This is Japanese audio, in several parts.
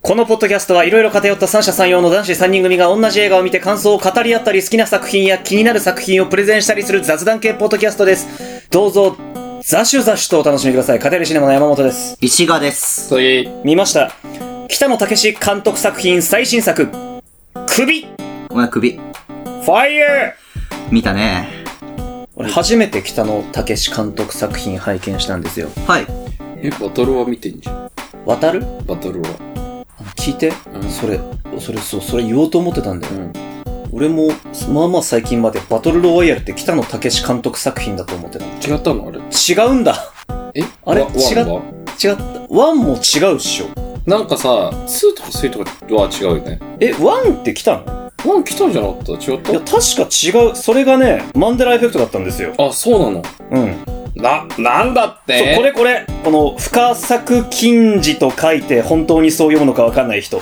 このポッドキャストはいろいろ偏った三者三様の男子3人組が同じ映画を見て感想を語り合ったり好きな作品や気になる作品をプレゼンしたりする雑談系ポッドキャストです。どうぞザシュザシュとお楽しみください。語りシネマの山本です。 石川です。 見ました。北野武監督作品最新作首。 お前首ファイヤー見たね。 俺初めて北野武監督作品拝見したんですよ。 はい。 バトルは見てんじゃん。 渡るバトルは聞いて、 うん、 それ言おうと思ってたんだよ、俺もまあまあ最近までバトルロワイヤルって北野武監督作品だと思ってたの。 違ったのあれ。 違うんだ。あれ違ったワンも違うっしょ。 なんかさ2とか3とかは違うよね。 ワンって来たの？ ワン来たんじゃなかった？違った？ いや確か違う。それがねマンデラエフェクトだったんですよ。 あ、そうなの。なんだってそうこれこの深作金次と書いて本当にそう読むのか分かんない人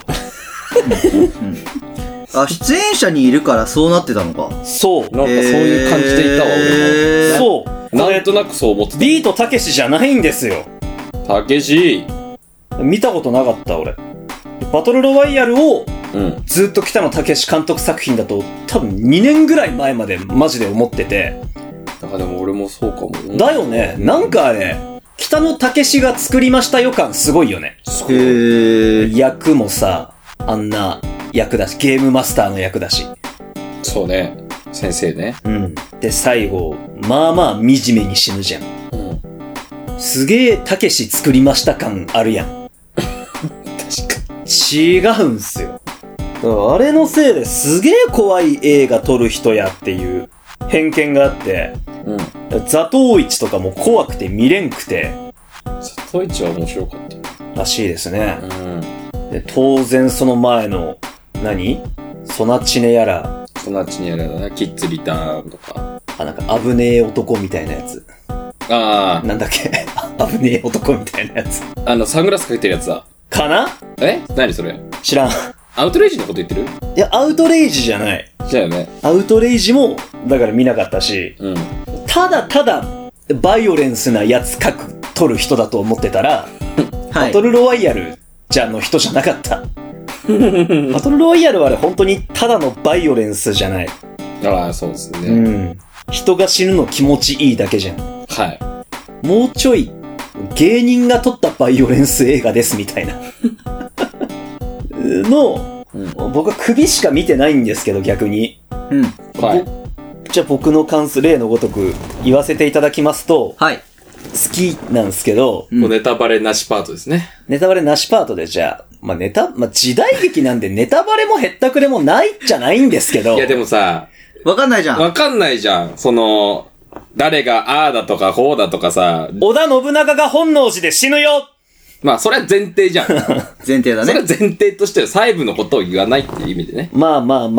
あ、出演者にいるからそうなってたのか。 そうなんかそういう感じでいたわ、俺そも。 うなんとなくそう思ってた。 ビートたけしじゃないんですよ。 たけし見たことなかった俺。バトルロワイヤルをずっと北野武監督作品だと多分2年ぐらい前までマジで思ってて。 なんかでも俺もそうかも。 だよね。なんかね、北野武が作りました予感すごいよね。役もさ、あんな役だし、ゲームマスターの役だし。 そうね。先生ね。 で、最後、まあまあ惨めに死ぬじゃん。すげえ武作りました感あるやん。確かに。違うんすよ。だからあれのせいですげえ怖い映画撮る人やっていう偏見があって、ザトウイチとかも怖くて見れんくて。 ザトウイチは面白かったらしいですね。で当然その前のソナチネやらだな、キッズリターンとか。 なんか危ねえ男みたいなやつ。なんだっけ危ねえ男みたいなやつ。 サングラスかけてるやつだ。 かな？ 何それ？ 知らん。 アウトレイジのこと言ってる？ いや、アウトレイジじゃない。 じゃあよね。 アウトレイジも、だから見なかったし、ただ、バイオレンスなやつ撮る人だと思ってたら、バトルロワイヤルの人じゃなかった。バトルロワイヤルはあれ本当にただのバイオレンスじゃない。 ああ、そうですね。 人が死ぬの気持ちいいだけじゃん。 はい。 もうちょい、芸人が撮ったバイオレンス映画ですみたいな。僕は首しか見てないんですけど逆に。じゃあ僕の感想例のごとく言わせていただきますと、好きなんですけど、 ネタバレなしパートですね。 ネタバレなしパートでじゃあ、時代劇なんでネタバレもへったくれもないじゃないんですけど。 いやでもさ、 わかんないじゃん。誰がああだとかこうだとかさ。 織田信長が本能寺で死ぬよ。 まあ、それは前提じゃん。 前提だね。 それは前提としては細部のことを言わないっていう意味でね。 まあ。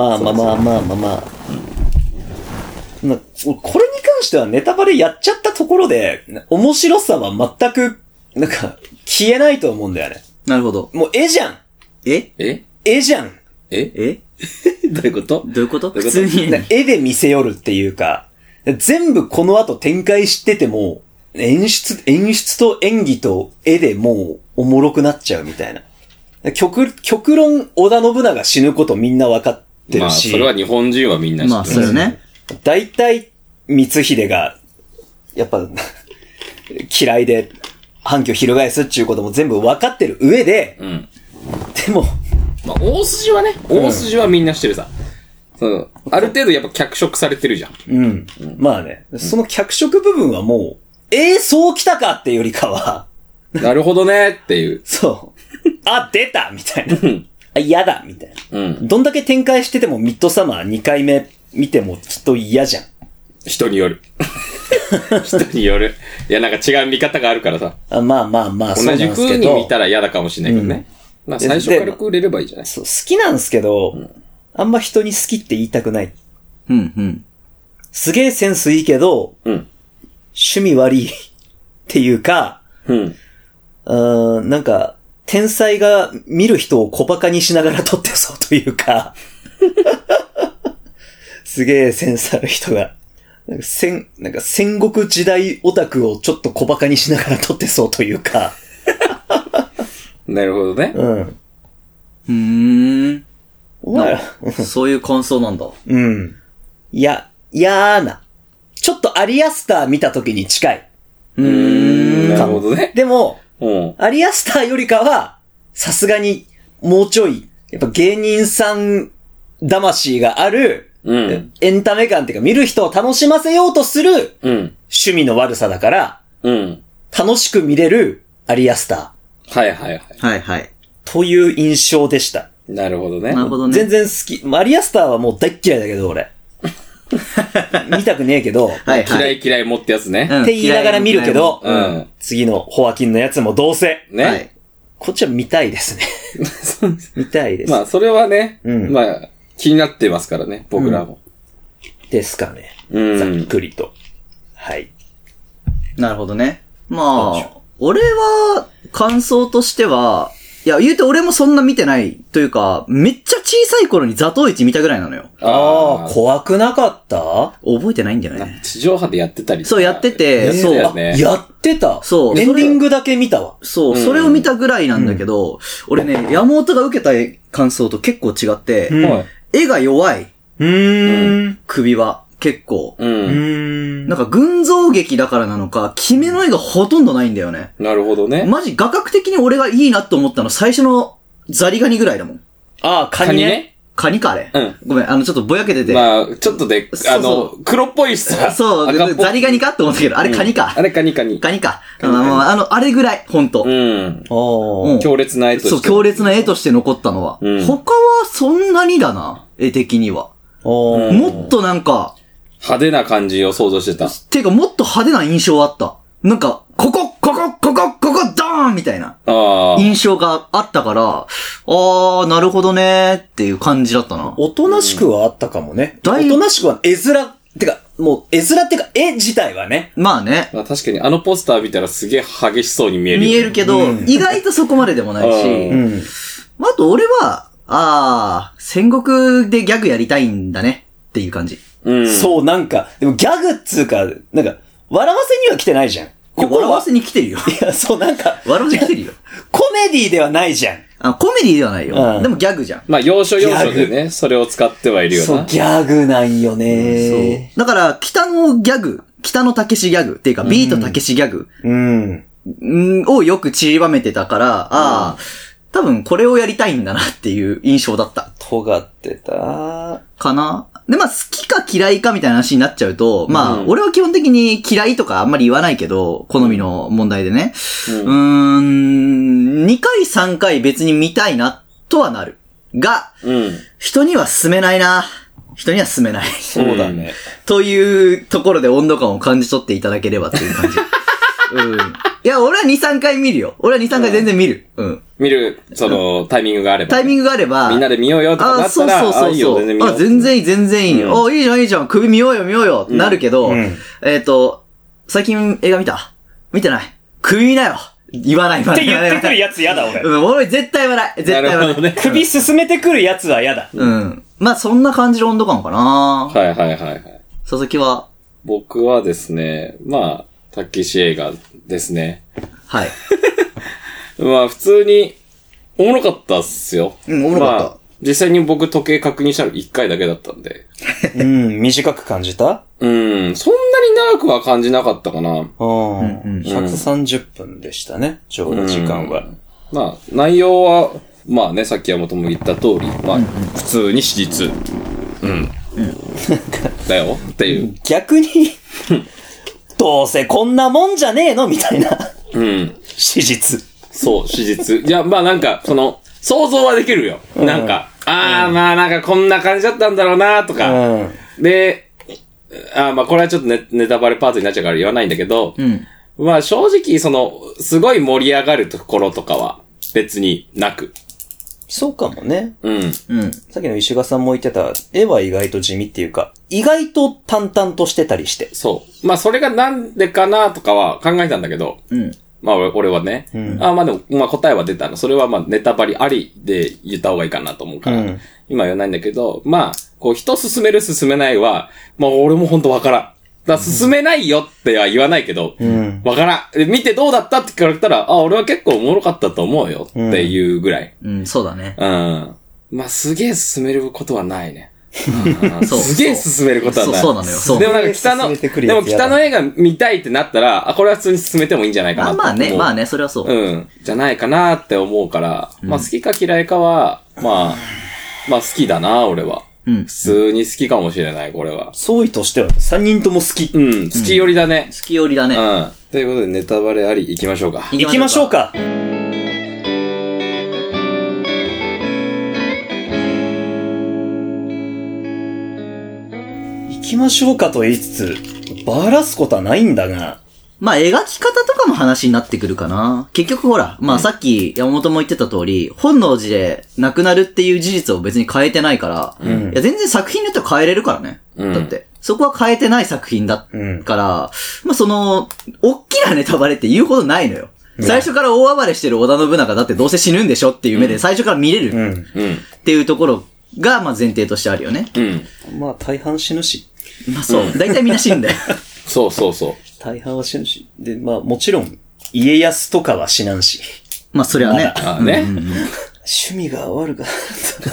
これに関してはネタバレやっちゃったところで、面白さは全く、消えないと思うんだよね。 なるほど。 もう絵じゃん。絵じゃん。 どういうこと普通に。 絵で見せよるっていうか、全部この後展開してても、演出と演技と絵でもうおもろくなっちゃうみたいな。極論、織田信長死ぬことみんな分かってるし。 まあ、それは日本人はみんな知ってる。 まあ、そうよね。 大体、光秀が、やっぱ、嫌いで、反旗を翻すっていうことも全部分かってる上で、でも、 まあ、大筋はみんな知ってるさ。ある程度やっぱ脚色されてるじゃん。 まあね、その脚色部分はもう、そう来たかっていうよりかは。 なるほどねっていう。 そう。出たみたいな。嫌だみたいな。どんだけ展開しててもミッドサマー2回目見てもきっと嫌じゃん。 人による。いや、なんか違う見方があるからさ。 まあ、 同じ風に見たら嫌だかもしれないけどね。まあ最初から売れればいいじゃない。 そう、好きなんですけど、あんま人に好きって言いたくない。すげえセンスいいけど、趣味悪いっていうか、なんか、天才が見る人を小馬鹿にしながら撮ってそうというか、すげえセンスある人が、なんか戦国時代オタクをちょっと小馬鹿にしながら撮ってそうというか。 なるほどね。 お前ら、 そういう感想なんだ。 うん。いや、嫌な。ちょっとアリアスター見た時に近い。 なるほどね。 でも、 うん。 アリアスターよりかは、さすがに、もうちょい、やっぱ芸人さん魂がある、エンタメ感っていうか見る人を楽しませようとする、趣味の悪さだから、楽しく見れるアリアスター。はいはいはい。 はいはい。 という印象でした。 なるほどね。 なるほどね。 全然好き。アリアスターはもう大っ嫌いだけど、俺。見たくねえけど。 はいはい。 嫌いもってやつね。 って言いながら見るけど、次のホアキンのやつもどうせ。 ね。はい、 こっちは見たいですね。見たいです。 まあ、それはね、まあ、気になってますからね、僕らも。 ですかね。ざっくりと。はい。 なるほどね。まあ、俺は、感想としては、いや、言うて俺もそんな見てないというか、めっちゃ小さい頃にザトウイチ見たぐらいなのよ。 ああ、怖くなかった？ 覚えてないんだよね。 地上波でやってたりそう、やってて、そう。 やってた。 そう。 エンディングだけ見たわ。 そう、それを見たぐらいなんだけど、俺ね、山本が受けた感想と結構違って、絵が弱い。首は。結構。なんか群像劇だからなのか、決めの絵がほとんどないんだよね。 なるほどね。 マジ画角的に俺がいいなと思ったの最初のザリガニぐらいだもん。 ああ、カニね。 カニかあれ。ごめん、ちょっとぼやけてて。 まあ、ちょっとで、黒っぽいしさ。 そう、ザリガニかって思ったけど、あれカニか。 あれカニ。カニか。あれぐらい、ほんと。 強烈な絵として。 そう、強烈な絵として残ったのは。他はそんなにだな、絵的には。もっとなんか、 派手な感じを想像してた。 てか、もっと派手な印象あった。なんか、ここ、ドーンみたいな印象があったから、なるほどねーっていう感じだったな。 おとなしくはあったかもね。おとなしくは絵面、てか、もう絵面ってか絵自体はね。 まあね。 確かにあのポスター見たらすげえ激しそうに見える。 見えるけど、意外とそこまででもないし、あと俺は、戦国でギャグやりたいんだねっていう感じ。 そう、なんか、でもギャグっつうか、なんか、笑わせには来てないじゃん。 笑わせに来てるよ。 いや、そう、なんか。 笑わせに来てるよ。 コメディではないじゃん。 コメディではないよ。でもギャグじゃん。 まあ、要所でね、それを使ってはいるよな。 そう、ギャグなんよね。 そう。だから、北野武ギャグっていうか、ビートたけしギャグ。をよく散りばめてたから、多分これをやりたいんだなっていう印象だった。 尖ってた。 かな。で、まあ、好きか嫌いかみたいな話になっちゃうと、まあ、俺は基本的に嫌いとかあんまり言わないけど、好みの問題でね。2回3回別に見たいな、とはなる。が、人には勧めないな。人には勧めない。 そうだね。 というところで温度感を感じ取っていただければっていう感じ。いや、俺は2、3回見るよ。俺は2、3回全然見る。 見る、タイミングがあれば。 タイミングがあれば。 みんなで見ようよとかなったら、 そう。 いいよ、全然見よう。 全然いい、全然いい。いいじゃん、首見ようよ、ってなるけど、最近映画見た？見てない。首見なよ。言わない。 って言ってくるやつやだ、俺。 俺絶対言わない。絶対言わない。 首進めてくるやつはやだ。 まあ、そんな感じの温度感かな。 はい。 佐々木は？ 僕はですね、まあ、たけし映画ですね。 はい。 まあ普通に、おもろかったっすよ。 おもろかった。まあ、 実際に僕時計確認したの1回だけだったんで。 短く感じた？ そんなに長くは感じなかったかな。 130分でしたね、ちょうど時間は。 まあ、内容は、まあね、さっき山本も言った通り、まあ、普通に史実。だよっていう。 逆に、どうせこんなもんじゃねえのみたいな。史実。 そう、史実。いや、まあなんか、想像はできるよ。なんか、まあなんかこんな感じだったんだろうなとか。で、まあこれはちょっとネタバレパートになっちゃうから言わないんだけど、まあ正直すごい盛り上がるところとかは別になく。 そうかもね。さっきの石川さんも言ってた、絵は意外と地味っていうか、意外と淡々としてたりして。 そう。まあそれがなんでかなとかは考えたんだけど、まあ俺はね、まあでも、まあ答えは出たの。それはまあネタバレありで言った方がいいかなと思うから、今は言わないんだけど、まあ、こう人進める進めないは、まあ俺もほんとわからん。 だから進めないよっては言わないけど、わからん。見てどうだったって聞かれたら、あ、俺は結構おもろかったと思うよっていうぐらい。 そうだね。 まあ、すげえ進めることはないね。すげえ進めることはない。 そうなのよ。 でもなんか北の映画見たいってなったら、あ、これは普通に進めてもいいんじゃないかなと。 まあね、それはそう。 じゃないかなって思うから、まあ好きか嫌いかは、まあ好きだな、俺は。普通に好きかもしれない、これは。 総意としては3人とも好き。 好き寄りだね。 好き寄りだね。 ということでネタバレあり行きましょうか。 行きましょうか。行きましょうかと言いつつ、バラすことはないんだが。 まあ、描き方とかの話になってくるかな。結局ほら、まあさっき山本も言ってた通り、本能寺で亡くなるっていう事実を別に変えてないから、いや全然作品によっては変えれるからね。だって、そこは変えてない作品だから、まあその、大きなネタバレって言うほどないのよ。最初から大暴れしてる織田信長だってどうせ死ぬんでしょっていう目で最初から見れるっていうところが、まあ前提としてあるよね。 まあ大半死ぬし。 まあそう。大体みんな死んだよ。 そう。 大半は死ぬし。で、まあもちろん、家康とかは死なんし。 まあそれはね。 趣味が悪かった。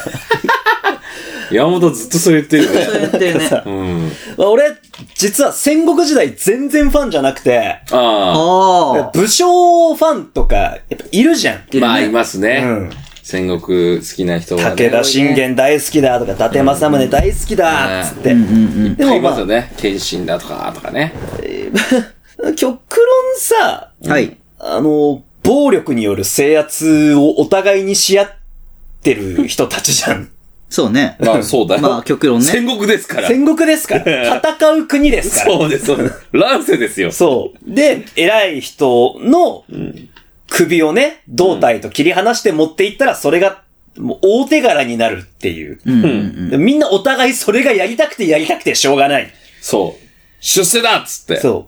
山本ずっとそう言ってるよね。 そう言ってるね。 俺、実は戦国時代全然ファンじゃなくて、武将ファンとか、やっぱいるじゃん。 まあ、いますね。戦国好きな人は、ね。 武田信玄大好きだとか、伊達政宗大好きだっつって。 でもいますよね。謙信だとかね。 極論さ、暴力による制圧をお互いにし合ってる人たちじゃん。 そうね。 まあそうだよ。 まあ極論ね。 戦国ですから。 戦国ですから。戦う国ですから。 そうです、そうです。乱世ですよ。 そう。で、偉い人の首をね、胴体と切り離して持っていったら、それがもう大手柄になるっていう。みんなお互いそれがやりたくてしょうがない。 そう。出世だっつって。 そう。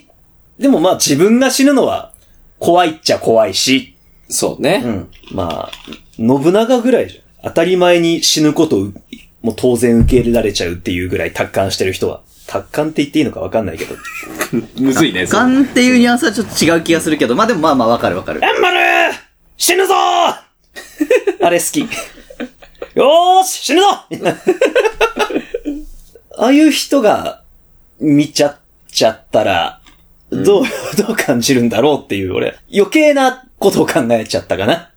でもまあ自分が死ぬのは怖いっちゃ怖いし。 そうね。 まあ、信長ぐらいじゃん。当たり前に死ぬことをもう当然受け入れられちゃうっていうぐらい達観してる人は。達観って言っていいのか分かんないけど。 むずいね。 達観っていうニュアンスはちょっと違う気がするけど、まあでもまあ分かる。 頑張る死ぬぞあれ好き。よーし死ぬぞああいう人が見ちゃっちゃったら、どう感じるんだろうっていう俺、余計なことを考えちゃったかな。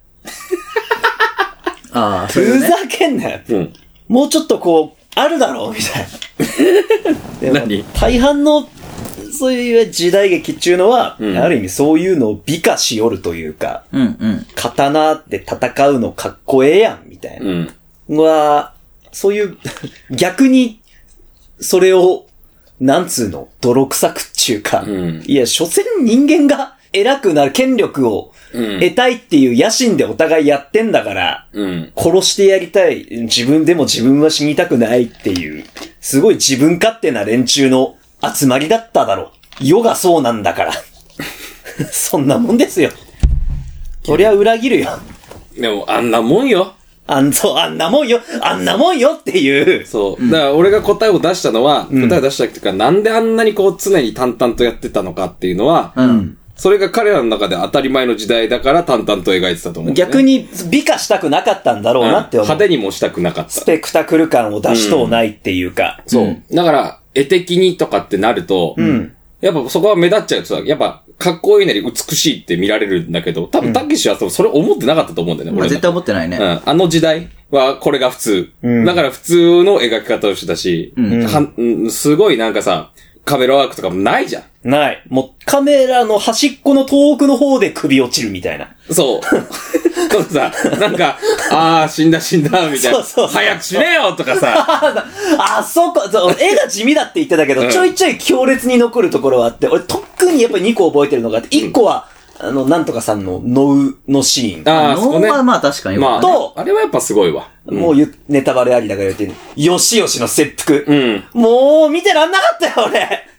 ふざけんなよ。もうちょっとこう、あるだろうみたいな。 何？ 大半の、そういう時代劇っていうのは、ある意味そういうのを美化しよるというか、刀で戦うのかっこええやん、みたいな。そういう、逆に、それを、なんつうの、泥臭くっちゅうか、いや、所詮人間が偉くなる権力を得たいっていう野心でお互いやってんだから、殺してやりたい、自分は死にたくないっていう、すごい自分勝手な連中の集まりだっただろう。世がそうなんだから。そんなもんですよ。そりゃ裏切るよ。 でも、あんなもんよ。 あんなもんよっていう。 そう。だから俺が答えを出したのは、答えを出したっていうか、なんであんなにこう常に淡々とやってたのかっていうのは、それが彼らの中で当たり前の時代だから淡々と描いてたと思う、ね。 逆に美化したくなかったんだろうなって思う。 派手にもしたくなかった。 スペクタクル感を出しとうないっていうか。 そう。だから、絵的にとかってなると、やっぱそこは目立っちゃうとさ、やっぱかっこいいなり美しいって見られるんだけど、多分たけしはそれ思ってなかったと思うんだよね。 まあ絶対思ってないね。 あの時代はこれが普通。だから普通の描き方をしてたし、すごいなんかさ、カメラワークとかもないじゃん。 ない。もうカメラの端っこの遠くの方で首落ちるみたいな。 そう。そうさ、なんか、死んだ、みたいな。そう早く死ねよとかさ。 絵が地味だって言ってたけど、ちょいちょい強烈に残るところはあって、俺特にやっぱり2個覚えてるのがあって、1個は、なんとかさんのノウのシーン。 ノウはまあ確かに。 と、 あれはやっぱすごいわ。 もうネタバレありだから言ってる。よしよしの切腹。もう見てらんなかったよ、俺。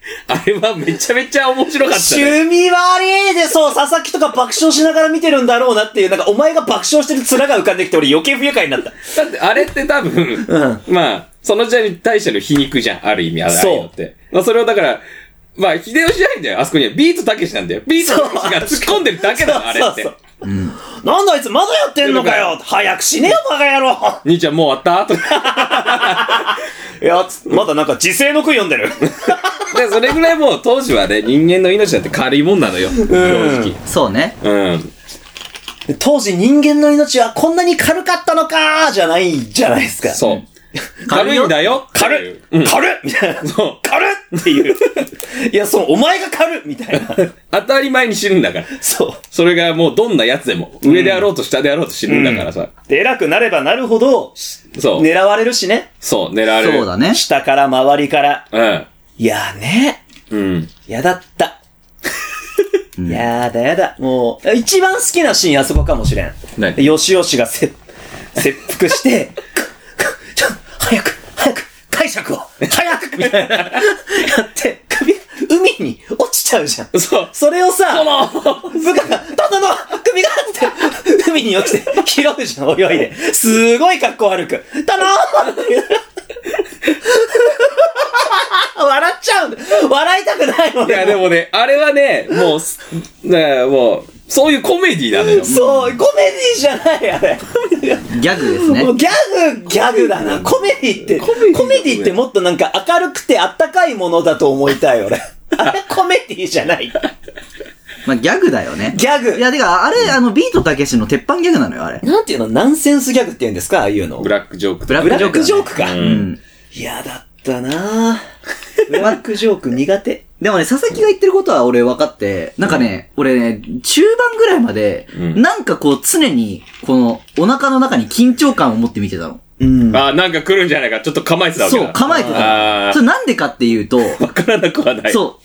あれはめちゃめちゃ面白かったね。 趣味悪いで、そう、佐々木とか爆笑しながら見てるんだろうなっていう、なんかお前が爆笑してる面が浮かんできて、俺余計不愉快になった。 だってあれって多分、まあ、その時代に対しての皮肉じゃん、ある意味、あれって。まあそれをだから、まあ、秀吉じゃないんだよ、あそこには。ビートたけしなんだよ。ビートたけしが突っ込んでるだけだよ、あれって。 なんだあいつまだやってんのかよ早く死ねよバカ野郎兄ちゃんもう終わったとか。 いや、まだなんか自世の句読んでる。 で、それぐらいもう当時はね、人間の命だって軽いもんなのよ。正直。 そうね。 当時人間の命はこんなに軽かったのかじゃないじゃないですか。 そう。軽いんだよ。 軽っみたいな。そう。軽っっていう。いや、お前が軽っみたいな。 当たり前に死ぬんだから。 そう。 それがもうどんなやつでも、上であろうと下であろうと死ぬんだからさ。 で、偉くなればなるほど、 そう。 狙われるしね。 そう、狙われる。 そうだね。 下から周りから。いやね。やだった。やだ。もう、一番好きなシーンあそこかもしれん。よしよしが切腹して、早く解釈を早くみたいなやって海に落ちちゃうじゃん。それをさ部下がどんどん首がって海に落ちて拾うじゃん、泳いで。すごい格好悪く頼むって笑っちゃう。笑いたくないもん。 いやでもね、あれはね、もうそういうコメディなのよ。 そう、コメディじゃない、あれ。 ギャグですね。 ギャグだな。コメディってもっとなんか明るくてあったかいものだと思いたい、俺。あれコメディじゃない。 まあ、ギャグだよね。 ギャグ。 いや、てか、あれ、ビートたけしの鉄板ギャグなのよ、あれ。 なんていうの、ナンセンスギャグって言うんですか、ああいうの。 ブラックジョーク。 ブラックジョークか。嫌だったなぁ。ブラックジョーク苦手。 でもね、佐々木が言ってることは俺分かって、なんかね、俺ね、中盤ぐらいまで、なんかこう常に、この、お腹の中に緊張感を持って見てたの。 なんか来るんじゃないか、ちょっと構えてたわけだ。 そう、構えてた。それなんでかっていうと、 わからなくはない。 そう、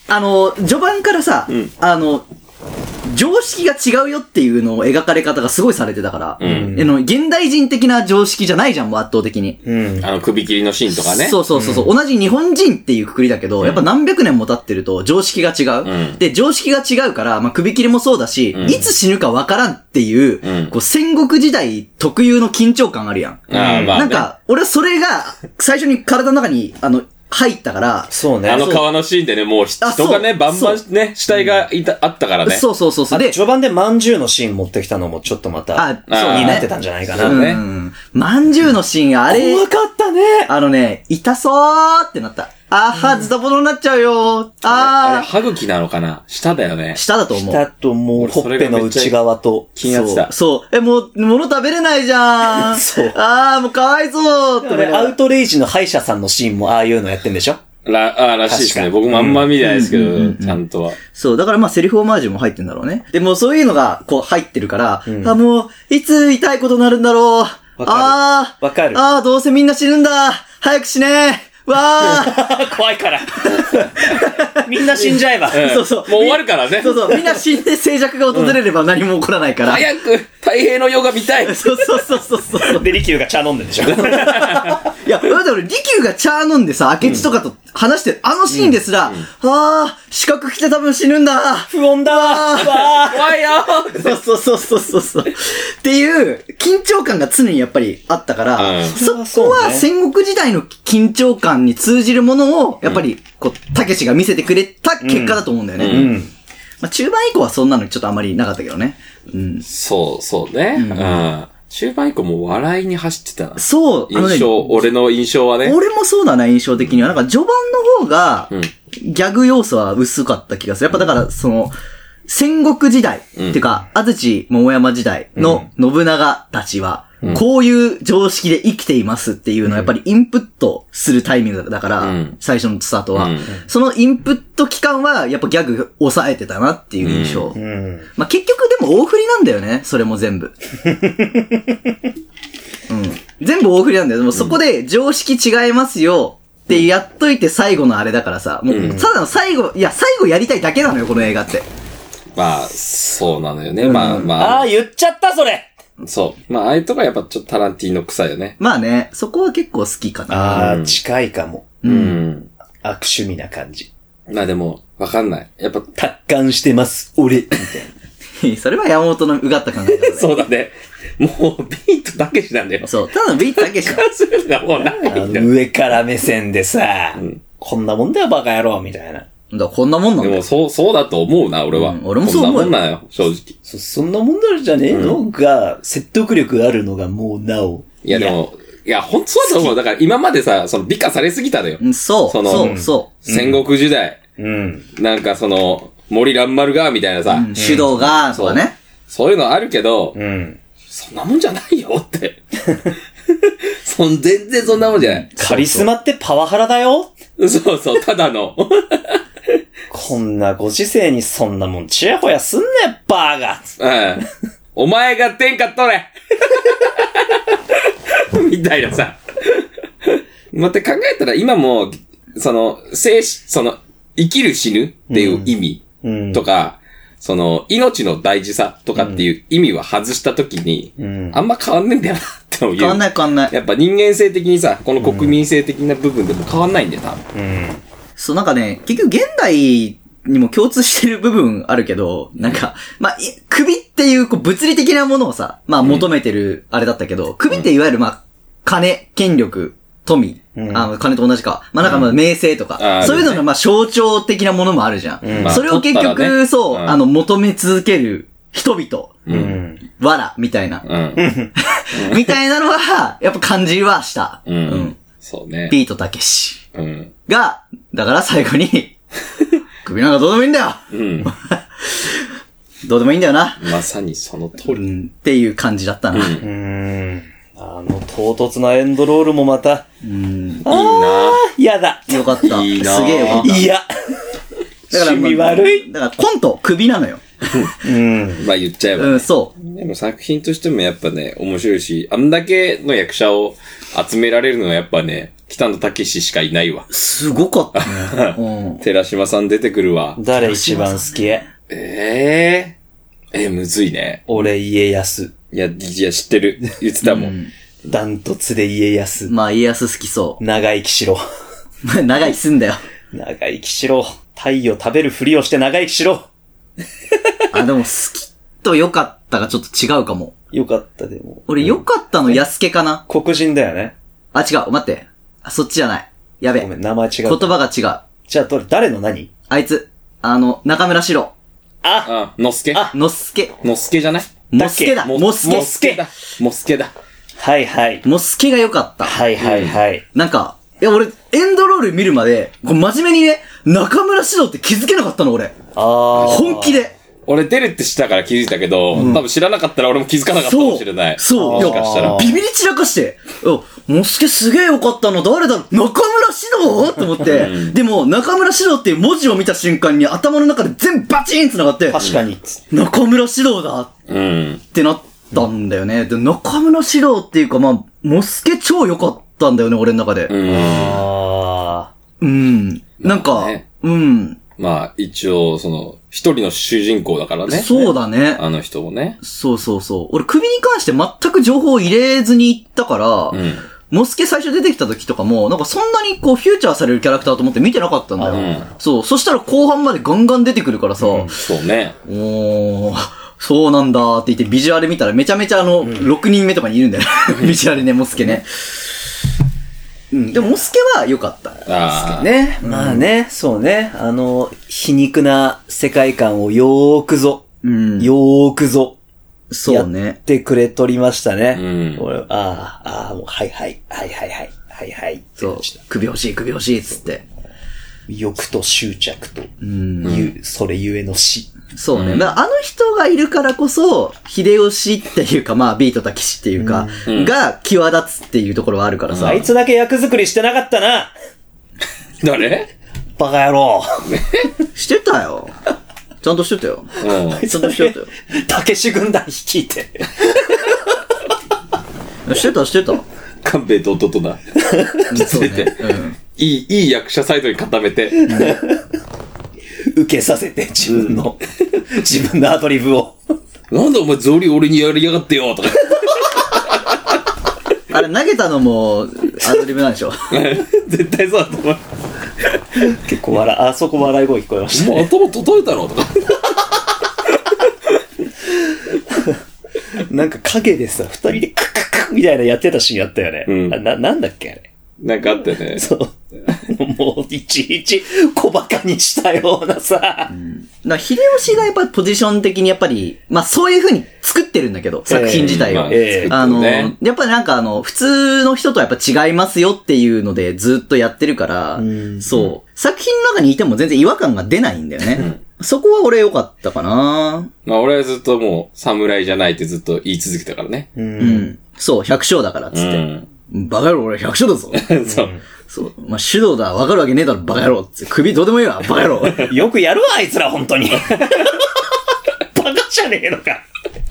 序盤からさ、常識が違うよっていうのを描かれ方がすごいされてたから、現代人的な常識じゃないじゃん、もう圧倒的に。 首切りのシーンとかね。 そう、同じ日本人っていうくくりだけど、やっぱ何百年も経ってると常識が違う。で、常識が違うから、まあ、首切りもそうだし、いつ死ぬかわからんっていう、こう戦国時代特有の緊張感あるやん。なんか、俺はそれが最初に体の中に、入ったから、 そうね。 川のシーンでね、もう人がね、バンバンね、死体があったからね。 そう。 で、序盤でまんじゅうのシーン持ってきたのもちょっとまた、そうになってたんじゃないかな。ね。 まんじゅうのシーン、あれ。 怖かったね。 痛そうってなった。ズタボロになっちゃうよ。 あれ、歯茎なのかな？舌だよね。 舌だと思う。 舌ともう、ほっぺの内側と。 気になってた。 そう。もう、物食べれないじゃん。そう。もうかわいそうって。 アウトレイジの歯医者さんのシーンもああいうのやってんでしょ？ らしいですね。僕もあんま見てないですけど、ちゃんとは。 そう、だからまあセリフオマージュも入ってんだろうね。でもそういうのがこう入ってるから、もう、いつ痛いことになるんだろう。 わかる。 どうせみんな死ぬんだ。早く死ね。わー怖いから。みんな死んじゃえば。 そう。 もう終わるからね。 そう。みんな死んで静寂が訪れれば何も起こらないから。 早く太平の世が見たい。 そう。 で、利休が茶飲んでんでしょ。 いや、だって俺、利休が茶飲んでさ、明智とかと話してる、あのシーンですら、資格来て多分死ぬんだ。 不穏だわ。 怖いよ。 そう。っていう、緊張感が常にやっぱりあったから、そこは戦国時代の緊張感に通じるものを、やっぱり、たけしが見せてくれた結果だと思うんだよね。まあ、中盤以降はそんなのちょっとあまりなかったけどね。 そうね。中盤以降も笑いに走ってたな。 そう。 俺の印象はね。 俺もそうだな、印象的には。なんか序盤の方が、ギャグ要素は薄かった気がする。やっぱだから、戦国時代、っていうか、安土桃山時代の信長たちは、こういう常識で生きていますっていうのはやっぱりインプットするタイミングだから、最初のスタートは。そのインプット期間はやっぱギャグ抑えてたなっていう印象。まあ、結局でも大振りなんだよね、それも全部。全部大振りなんだよ。でもそこで常識違いますよってやっといて最後のあれだからさ、もうただの最後やりたいだけなのよ、この映画って。 まあ、そうなのよね。まあ。 言っちゃったそれ。 そう。まあ、ああいうとこはやっぱちょっとタランティーノ臭いよね。 まあね、そこは結構好きかな。 近いかも。悪趣味な感じ。 まあでも、わかんない。やっぱ、 達観してます、俺、みたいそれは山本のうがった考え方だよ。 そうだね。もう、ビートたけしなんだよ。 そう。ただのビートだけしか。 そういうのがもうないな。 んだよ。 上から目線でさ、こんなもんだよ、バカ野郎、みたいな。 だからこんなもんなんだよ。 でも、そうだと思うな、俺は。 俺もそう思うよ。 こんなもんなよ、正直。 そんなもんだじゃねえの、が、説得力あるのがもうなお。 いや、でも、いや、ほんとそうだと思う。だから今までさ、美化されすぎたのよ。 そう。そう。 戦国時代。なんか森蘭丸が、みたいなさ。 手動が、とかね。 そういうのあるけど、そんなもんじゃないよって。全然そんなもんじゃない。 カリスマってパワハラだよ。 そう、ただの。 こんなご時世にそんなもんちやほやすんなよ、バーガ。 お前が天下取れみたいなさ。待って考えたら今も、生きる死ぬっていう意味とか、命の大事さとかっていう意味は外したときに、あんま変わんねえんだよなって思う。 変わんない。 やっぱ人間性的にさ、この国民性的な部分でも変わんないんだよ、多分。 そう、なんかね、結局現代にも共通してる部分あるけど、なんか、まあ、首っていう物理的なものをさ、まあ求めてるあれだったけど、首っていわゆるまあ、金、権力、富、金と同じか。まあなんかまあ名声とか、そういうののまあ象徴的なものもあるじゃん。それを結局、そう、求め続ける人々、わら、みたいな。みたいなのは、やっぱ感じはした。 そうね。 ビートたけし。が、だから最後に、首なんかどうでもいいんだよどうでもいいんだよな。 まさにその通り。 っていう感じだったな。 唐突なエンドロールもまた。いいなやだ。 よかった。 いいなすげえよかった。 いや。趣味悪い。 だからコント、首なのよ。 まあ言っちゃえば、ね。 そう。 でも作品としてもやっぱね、面白いし、あんだけの役者を集められるのはやっぱね、北野武しかいないわ。 すごかったね。 寺島さん出てくるわ。 誰一番好き？ むずいね。 俺家康。 いや、知ってる。言ってたもん。 ダントツで家康。 まあ家康好きそう。 長生きしろ。 長生きすんだよ。 長生きしろ。太陽食べるふりをして長生きしろ。 でも好きと良かったがちょっと違うかも。 良かったでも。 俺良かったの安家かな。 黒人だよね。 違う。待って。そっちじゃない。やべえ。 ごめん、名前違う。 言葉が違う。 じゃあ、誰の何？ あいつ。中村四郎。 のすけ。 のすけ。 のすけじゃない？ もすけだ。もすけ。 もすけだ。 はいはい。 もすけが良かった。 はいはいはい。 なんか、いや俺、エンドロール見るまで、真面目にね、中村獅童って気づけなかったの俺。本気で。 俺出るって知ったから気づいたけど、多分知らなかったら俺も気づかなかったかもしれない。 そう。 もしかしたら。 ビビり散らかして、もすけすげえ良かったの誰だろう中村獅童と思って、でも中村獅童っていう文字を見た瞬間に頭の中で全部バチーン繋がって、 確かに。 中村獅童だってなったんだよね。で、中村獅童っていうかまあ、もすけ超良かったんだよね、俺の中で。なんか、 まあ、一応、一人の主人公だからね。 そうだね。 あの人もね。 そう。俺、首に関して全く情報を入れずに行ったから、モスケ最初出てきた時とかも、なんかそんなにフューチャーされるキャラクターと思って見てなかったんだよ。そう。そしたら後半までガンガン出てくるからさ。 そうね。 そうなんだって言ってビジュアル見たらめちゃめちゃ6人目とかにいるんだよ。ビジュアルね、モスケね。でも、モスケは良かった。モスケね。 まあね、そうね。皮肉な世界観をよーくぞ。 そうね。 やってくれとりましたね。 もうはい。 そう。首欲しいっつって。 欲と執着と、それゆえの死。 そうね。だからあの人がいるからこそ、秀吉っていうか、まあ、ビートたけしっていうか、が際立つっていうところはあるからさ。 あいつだけ役作りしてなかったな。 誰？ バカ野郎。 してたよ。ちゃんとしてたよ。ちゃんとしてたよ。 たけし軍団率いて。 してた。 勘兵衛と弟だ。 そうね。 いい役者サイドに固めて。 受けさせて、自分のアドリブを。 なんだお前草履俺にやりやがってよ、とか。 あれ投げたのもアドリブなんでしょ？ 絶対そうだと思う。 結構あそこ笑い声聞こえました、ね。 もう頭叩いたのとか。 なんか影でさ、二人でクククみたいなやってたシーンあったよね。なんだっけあれ。 なんかあったよね。 そう。もう、いちいち小馬鹿にしたようなさ。 だから秀吉がやっぱポジション的にやっぱり、まあそういう風に作ってるんだけど、作品自体を。やっぱりなんか普通の人とはやっぱ違いますよっていうのでずっとやってるから、そう。作品の中にいても全然違和感が出ないんだよね。そこは俺良かったかな。 まあ俺はずっともう、侍じゃないってずっと言い続けたからね。 そう、百姓だからっつって。バカ野郎俺百姓だぞ。 そう。 そう。まあ、手動だ、わかるわけねえだろ、バカ野郎って。首どうでもいいわ、バカ野郎。 よくやるわ、あいつら、本当に。バカじゃねえのか。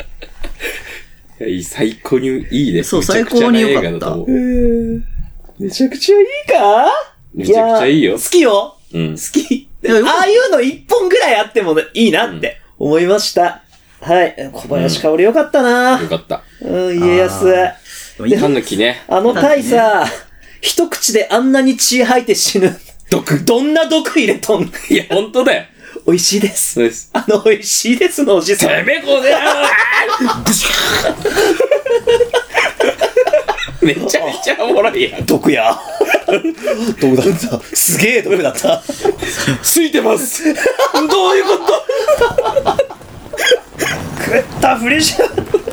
最高にいいです。 そう、最高に良かった。 めちゃくちゃいいか？ めちゃくちゃいいよ。 好きよ。 好き。ああいうの一本ぐらいあってもいいなって思いました。はい。小林薫よかったな。 よかった。 家康。 タヌキね。 タイさ、一口であんなに血吐いて死ぬ。どんな毒入れとん？ いや、ほんとだよ。 美味しいです。 そうです。 美味しいですのおじさん。 てめえこでめちゃめちゃおもろいやん。 毒や。毒だった。すげえ毒だった。 ついてます。どういうこと食ったふりしちゃう。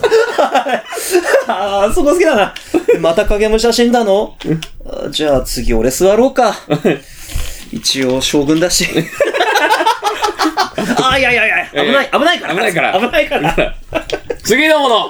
あそこ好きだな。また影武者死んだの？じゃあ次俺座ろうか。一応将軍だし。いや危ないから。 次のもの。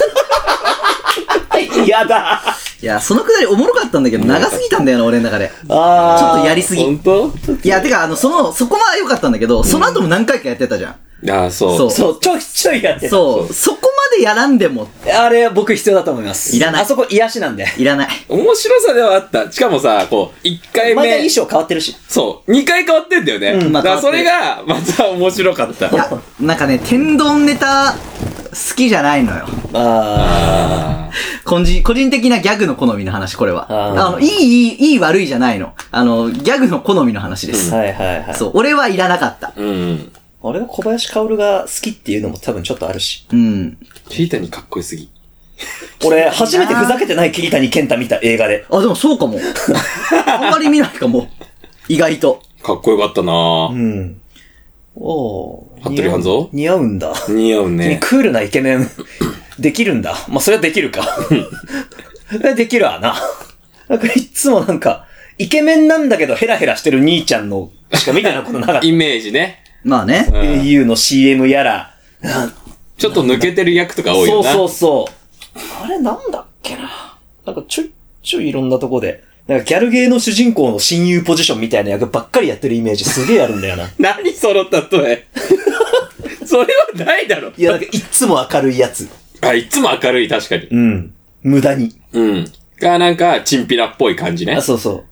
やだ。 いや、そのくだりおもろかったんだけど、長すぎたんだよな、俺の中で。ちょっとやりすぎ。 本当？ いや、てか、そこまで良かったんだけど、その後も何回かやってたじゃん。 そう、ちょいちょいやってた。 そう、そこまでやらんでも。 あれ、僕必要だと思います。 いらない。 あそこ癒しなんで。 いらない。 面白さではあった。しかもさ、こう、1回目。 毎回衣装変わってるし。 そう、2回変わってんだよね。だからそれが、また面白かった。 いや、なんかね、天丼ネタ、好きじゃないのよ。個人的なギャグの好みの話、これは。いい悪いじゃないの。ギャグの好みの話です。 はいはいはい。 そう、俺はいらなかった。 俺は小林薫が好きっていうのも多分ちょっとあるし。 桐谷かっこよすぎ。 俺、初めてふざけてない桐谷健太見た映画で。 でもそうかも。あんまり見ないかも。意外と。 かっこよかったなぁ。 服部半蔵？ 似合うんだ。 似合うね。 クールなイケメン、できるんだ。まあ、それはできるか。できるわな。なんかいつもなんか、イケメンなんだけどヘラヘラしてる兄ちゃんのしか見てなことなかった。 イメージね。 まあね。 au の CM やら。 ちょっと抜けてる役とか多いよな。 そう。あれなんだっけな。なんかちょいいろんなとこで。なんかギャルゲーの主人公の親友ポジションみたいな役ばっかりやってるイメージすげえあるんだよな。 何その例え。それはないだろ。 いや、なんかいつも明るいやつ。 いつも明るい、確かに。 無駄に。 が、なんか、チンピラっぽい感じね。 そう。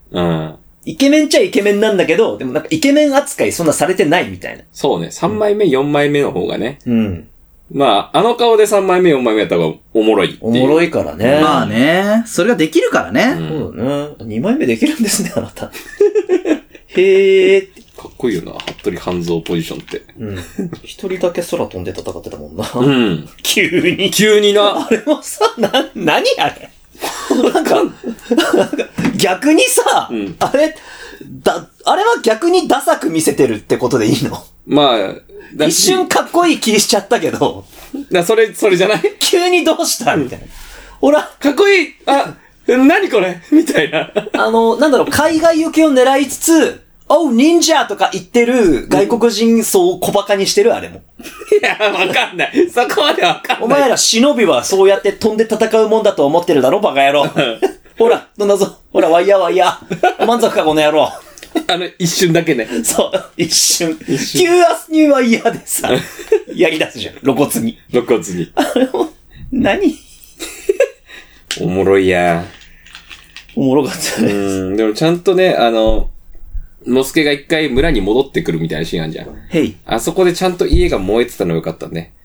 イケメンっちゃイケメンなんだけど、でもなんかイケメン扱いそんなされてないみたいな。 そうね。3枚目、4枚目の方がね。まあ、あの顔で3枚目、4枚目やった方がおもろいっていう。 おもろいからね。 まあね。それができるからね。 そうだね。2枚目できるんですね、あなた。へーって。 かっこいいよな、服部半蔵ポジションって。 一人だけ空飛んで戦ってたもんな。 急にな。 あれもさ、何あれなんか逆にさ、あれは逆にダサく見せてるってことでいいの？ まあ、 一瞬かっこいい気しちゃったけど。 それじゃない？ 急にどうしたみたいな。ほら、 かっこいい何これみたいな。 なんだろう、海外行きを狙いつつ、忍者とか言ってる外国人層を小馬鹿にしてるあれも。 いや、わかんない。そこまでわかんない。 お前ら忍びはそうやって飛んで戦うもんだと思ってるだろ、バカ野郎。ほら、どんなぞ。ほら、ワイヤー。満足か、この野郎。 一瞬だけね。 そう、一瞬。急圧にワイヤーでさ、やり出すじゃん、露骨に。あれも、何おもろいや。 おもろかったね。 でもちゃんとね、のすけが一回村に戻ってくるみたいなシーンあるじゃん。 へい。 あそこでちゃんと家が燃えてたのよかったね。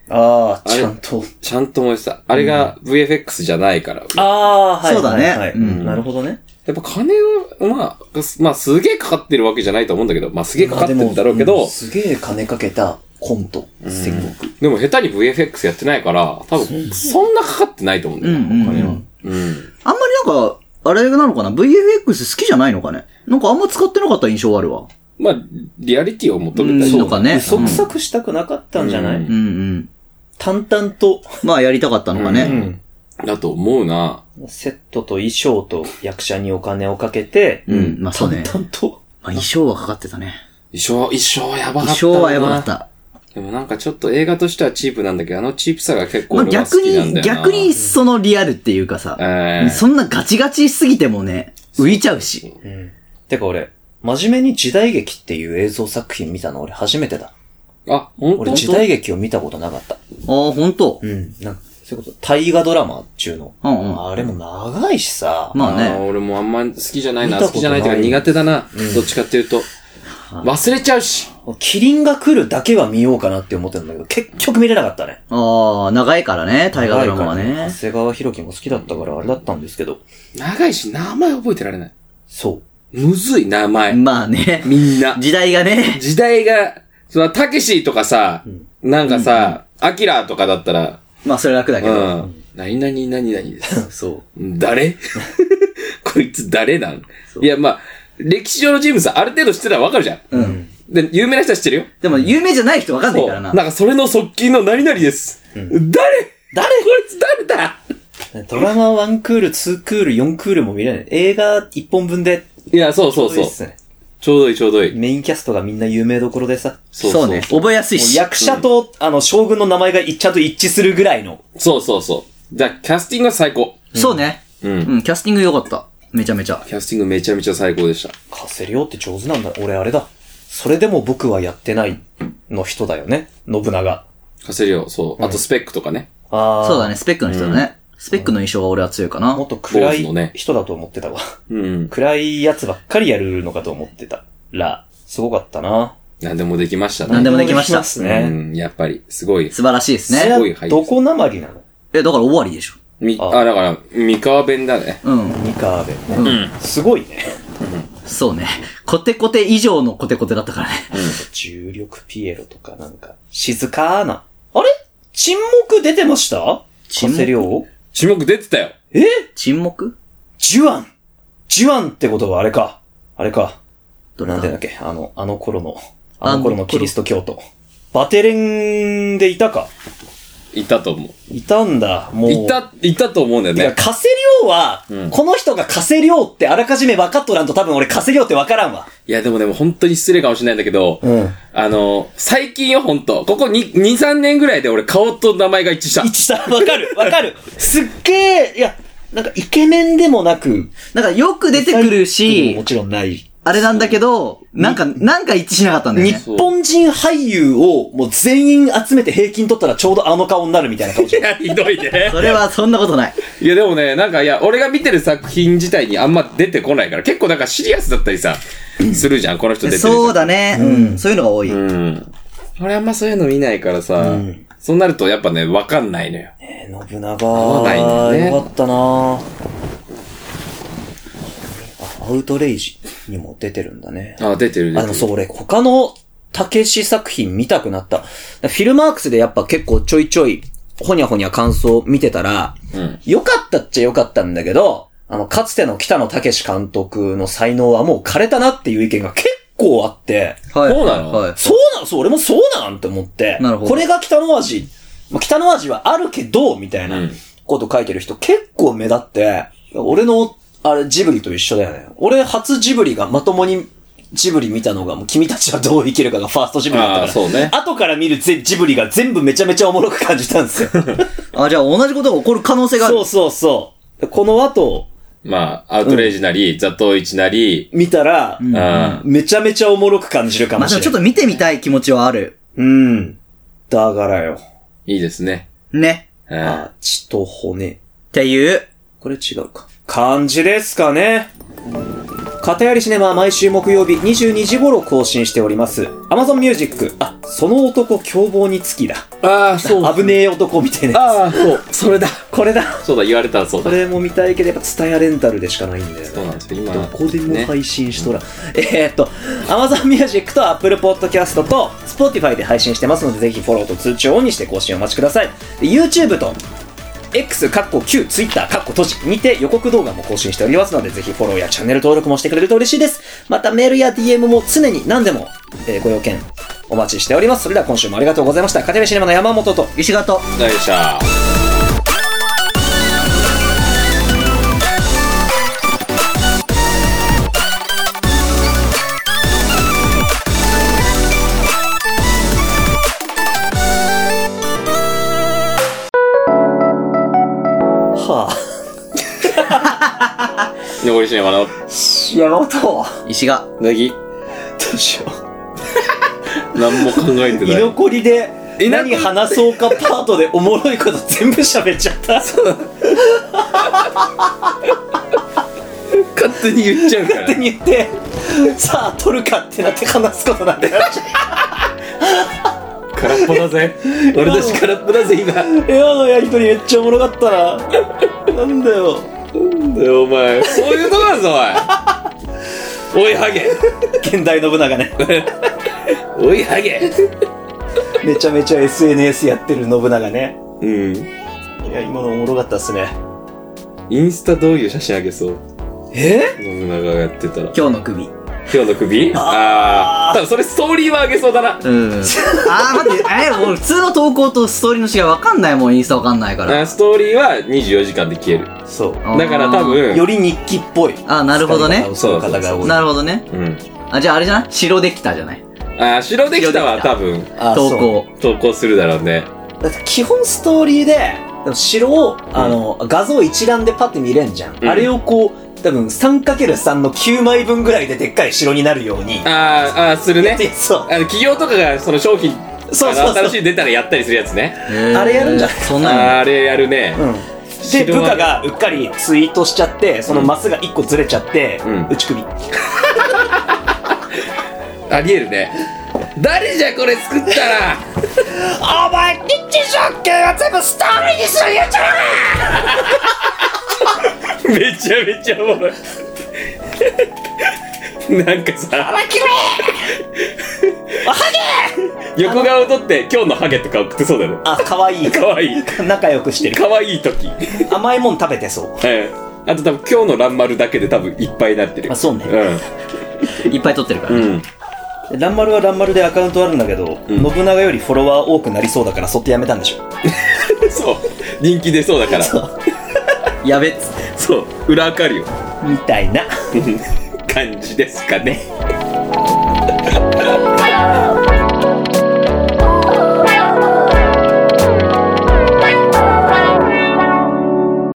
ああ、ちゃんと思ってた。あれが VFX じゃないから。 ああ、はい。 そうだね。 はい。なるほどね。 やっぱ金は、まあすげえかかってるわけじゃないと思うんだけど、まあすげえかかってるんだろうけど。 すげえ金かけたコント、戦国。 でも下手に VFX やってないから、多分、そんなかかってないと思うんだよ、お金は。あんまりなんか、あれなのかな ?VFX 好きじゃないのかねなんかあんま使ってなかった印象あるわ。 まあ、リアリティを求めたりとかね。 嘘くさくしたくなかったんじゃない？淡々と。 まあやりたかったのかね。 だと思うな。 セットと衣装と役者にお金をかけて、 まあそうね。 淡々と。 まあ衣装はかかってたね。 衣装やばかった。 衣装はやばかった。 でもなんかちょっと映画としてはチープなんだけど、あのチープさが結構俺は好きなんだよな。 逆にそのリアルっていうかさ、そんなガチガチすぎてもね、浮いちゃうし。 てか俺、真面目に時代劇っていう映像作品見たの俺初めてだ。 あ、ほんと？ 俺時代劇を見たことなかった。ああ、ほんと？ なんか、そういうこと、大河ドラマっていうの。あれも長いしさ。 まあね。 俺もあんま好きじゃないな、好きじゃないというか苦手だな。どっちかっていうと。忘れちゃうし。 キリンが来るだけは見ようかなって思ってたんだけど、結局見れなかったね。 ああ、長いからね、大河ドラマはね。 長谷川博己も好きだったからあれだったんですけど。 長いし、名前覚えてられない。 そう。 むずい、名前。 まあね。 みんな。 時代がね。 時代が、たけしとかさ、なんかさ、あきらとかだったら。 まあそれ楽だけど。 何々です。 そう。 誰こいつ誰なん？いや、まあ、歴史上の人物はある程度知ってたらわかるじゃん。で、有名な人は知ってるよ。 でも、有名じゃない人わかんないからな。 なんか、それの側近の何々です。誰こいつ誰だドラマ1クール、2クール、4クールも見れない。映画1本分で。 いや、そう。ちょうどいい。 メインキャストがみんな有名どころでさ。 そうね。覚えやすいし。 役者と、将軍の名前がちゃんと一致するぐらいの。 そう。じゃあ、キャスティングは最高。 そうね。キャスティング良かった。めちゃめちゃ。 キャスティングめちゃめちゃ最高でした。 カセリオって上手なんだ。俺あれだ。それでも僕はやってないの人だよね。信長。 カセリオ、そう。あとスペックとかね。 そうだね、スペックの人だね。スペックの印象が俺は強いかな。 もっと暗い人だと思ってたわ。暗いやつばっかりやるのかと思ってたら、すごかったな。 何でもできましたね。 何でもできました。 すね。 やっぱり、すごい。 素晴らしいですね。 すごい俳優。 どこなまりなの？ だから終わりでしょ。 だから、三河弁だね。 三河弁ね。すごいね。 そうね。コテコテ以上のコテコテだったからね。 重力ピエロとかなんか、静かな。あれ？沈黙出てました？カセリオ？ 沈黙出てたよ。 沈黙？ ジュアンってことはあれか。なんてだっけあの頃のキリスト教徒。バテレンでいたか？ いたと思う。 いたんだ。もう。いたと思うんだよね。 いや、カセリオは、この人がカセリオってあらかじめ分かっとらんと多分俺カセリオって分からんわ。 いや、でも本当に失礼かもしれないんだけど、最近よ、本当ここ2、3年ぐらいで俺顔と名前が一致した。 一致した。分かる。すっげえ、いや、なんかイケメンでもなく、 なんかよく出てくるし、 もちろんない。 あれなんだけど、なんか一致しなかったんだよね。 日本人俳優をもう全員集めて平均取ったらちょうどあの顔になるみたいな顔してる。 いや、ひどいね。 それはそんなことない。 いや、でもね、なんか、俺が見てる作品自体にあんま出てこないから、結構なんかシリアスだったりさ、するじゃん、この人出てる。 そうだね。そういうのが多い。 俺あんまそういうの見ないからさ、そうなるとやっぱね、わかんないのよ。 信長は、よかったなアウトレイジにも出てるんだね。 出てる。 そう、俺、他のたけし作品見たくなった。フィルマークスでやっぱ結構ちょいちょい、ほにゃほにゃ感想見てたら、良かったっちゃ良かったんだけど、かつての北野武監督の才能はもう枯れたなっていう意見が結構あって、 そうなの？ そう、俺もそうなんって思って、 なるほど。 これが北野味、北野味はあるけど、みたいなこと書いてる人結構目立って、俺の、ジブリと一緒だよね。俺、初ジブリがまともにジブリ見たのが、もう君たちはどう生きるかがファーストジブリだったから。 そうね。 後から見るジブリが全部めちゃめちゃおもろく感じたんですよ。 じゃあ同じことが起こる可能性がある。 そう。この後、 アウトレイジなり、ザトウイチなり、 見たら、めちゃめちゃおもろく感じるかもしれない。 ちょっと見てみたい気持ちはある。 だからよ。 いいですね。 ね。 血と骨。 っていう。 これ違うか。感じですかね。 片寄りシネマは毎週木曜日22時頃更新しております。Amazon Music。あ、その男凶暴につきだ。 ああ、そう。 危ねえ男みたいなやつ。 ああ、そう。それだ。 これだ。 そうだ、言われたらそうだ。 これも見たいけど、やっぱツタヤレンタルでしかないんだよね。 そうなんですよ、今。 どこでも配信しとら。Amazon Music と Apple Podcast と Spotify で配信してますので、ぜひフォローと通知をオンにして更新をお待ちください。で YouTube とX、旧 Twitter、閉じにて予告動画も更新しておりますので、ぜひフォローやチャンネル登録もしてくれると嬉しいです。またメールや DM も常に何でも、ご要件お待ちしております。それでは今週もありがとうございました。片寄シネマの山本と石形。 よいしょ。 はぁ。残りシネマの山本。 石が。 なぎ。 どうしよう。何も考えてない。 居残りで何話そうかパートでおもろいこと全部喋っちゃった。 そう。勝手に言っちゃうから。 勝手に言って、さあ撮るかってなって話すことなんだよ。 空っぽだぜ。俺たち空っぽだぜ、今。 今のやりとりめっちゃおもろかったな。なんだよ。 なんだよ、お前。そういうとこだぞ、おい。おい、ハゲ。 現代信長ね。 おい、ハゲ。 めちゃめちゃ SNS やってる信長ね。 うん。 いや、今のおもろかったっすね。 インスタどういう写真あげそう？信長がやってたら。 今日の首。 今日の首？ああ。多分それストーリーはあげそうだな。 うん。待って、俺普通の投稿とストーリーの違いわかんないもん、インスタわかんないから。 ストーリーは24時間で消える。 そう。 だから多分。 より日記っぽい。 なるほどね。 そう方が多い。 なるほどね。 うん。 じゃああれじゃない？白できたじゃない？ 白できたは多分、投稿するだろうね。 だって基本ストーリーで、城を、画像一覧でパッて見れんじゃん。あれをこう、多分 3×3 の9枚分ぐらいででっかい城になるように。 するね。 そう。 企業とかがその商品、新しい出たらやったりするやつね。 あれやるんじゃない？ そんなの。 あれやるね。 うん。で、部下がうっかりツイートしちゃって、そのマスが1個ずれちゃって、打ち首。 ありえるね。誰じゃこれ作ったらお前、日記食券は全部ストーリーにするやつらめちゃめちゃおもろい。なんかさ、ハゲ横顔撮って今日のハゲとか送ってそうだよね。 かわいい。 かわいい。 仲良くしてる。 かわいい時。 甘いもん食べてそう。 あと多分今日のランマルだけで多分いっぱいになってる。 そうね。 いっぱい撮ってるからね。 ランマルはランマルでアカウントあるんだけど、信長よりフォロワー多くなりそうだからそってやめたんでしょ。 そう。人気出そうだから。 そう。やべっつって。 そう。裏明かるよ。 みたいな感じですかね。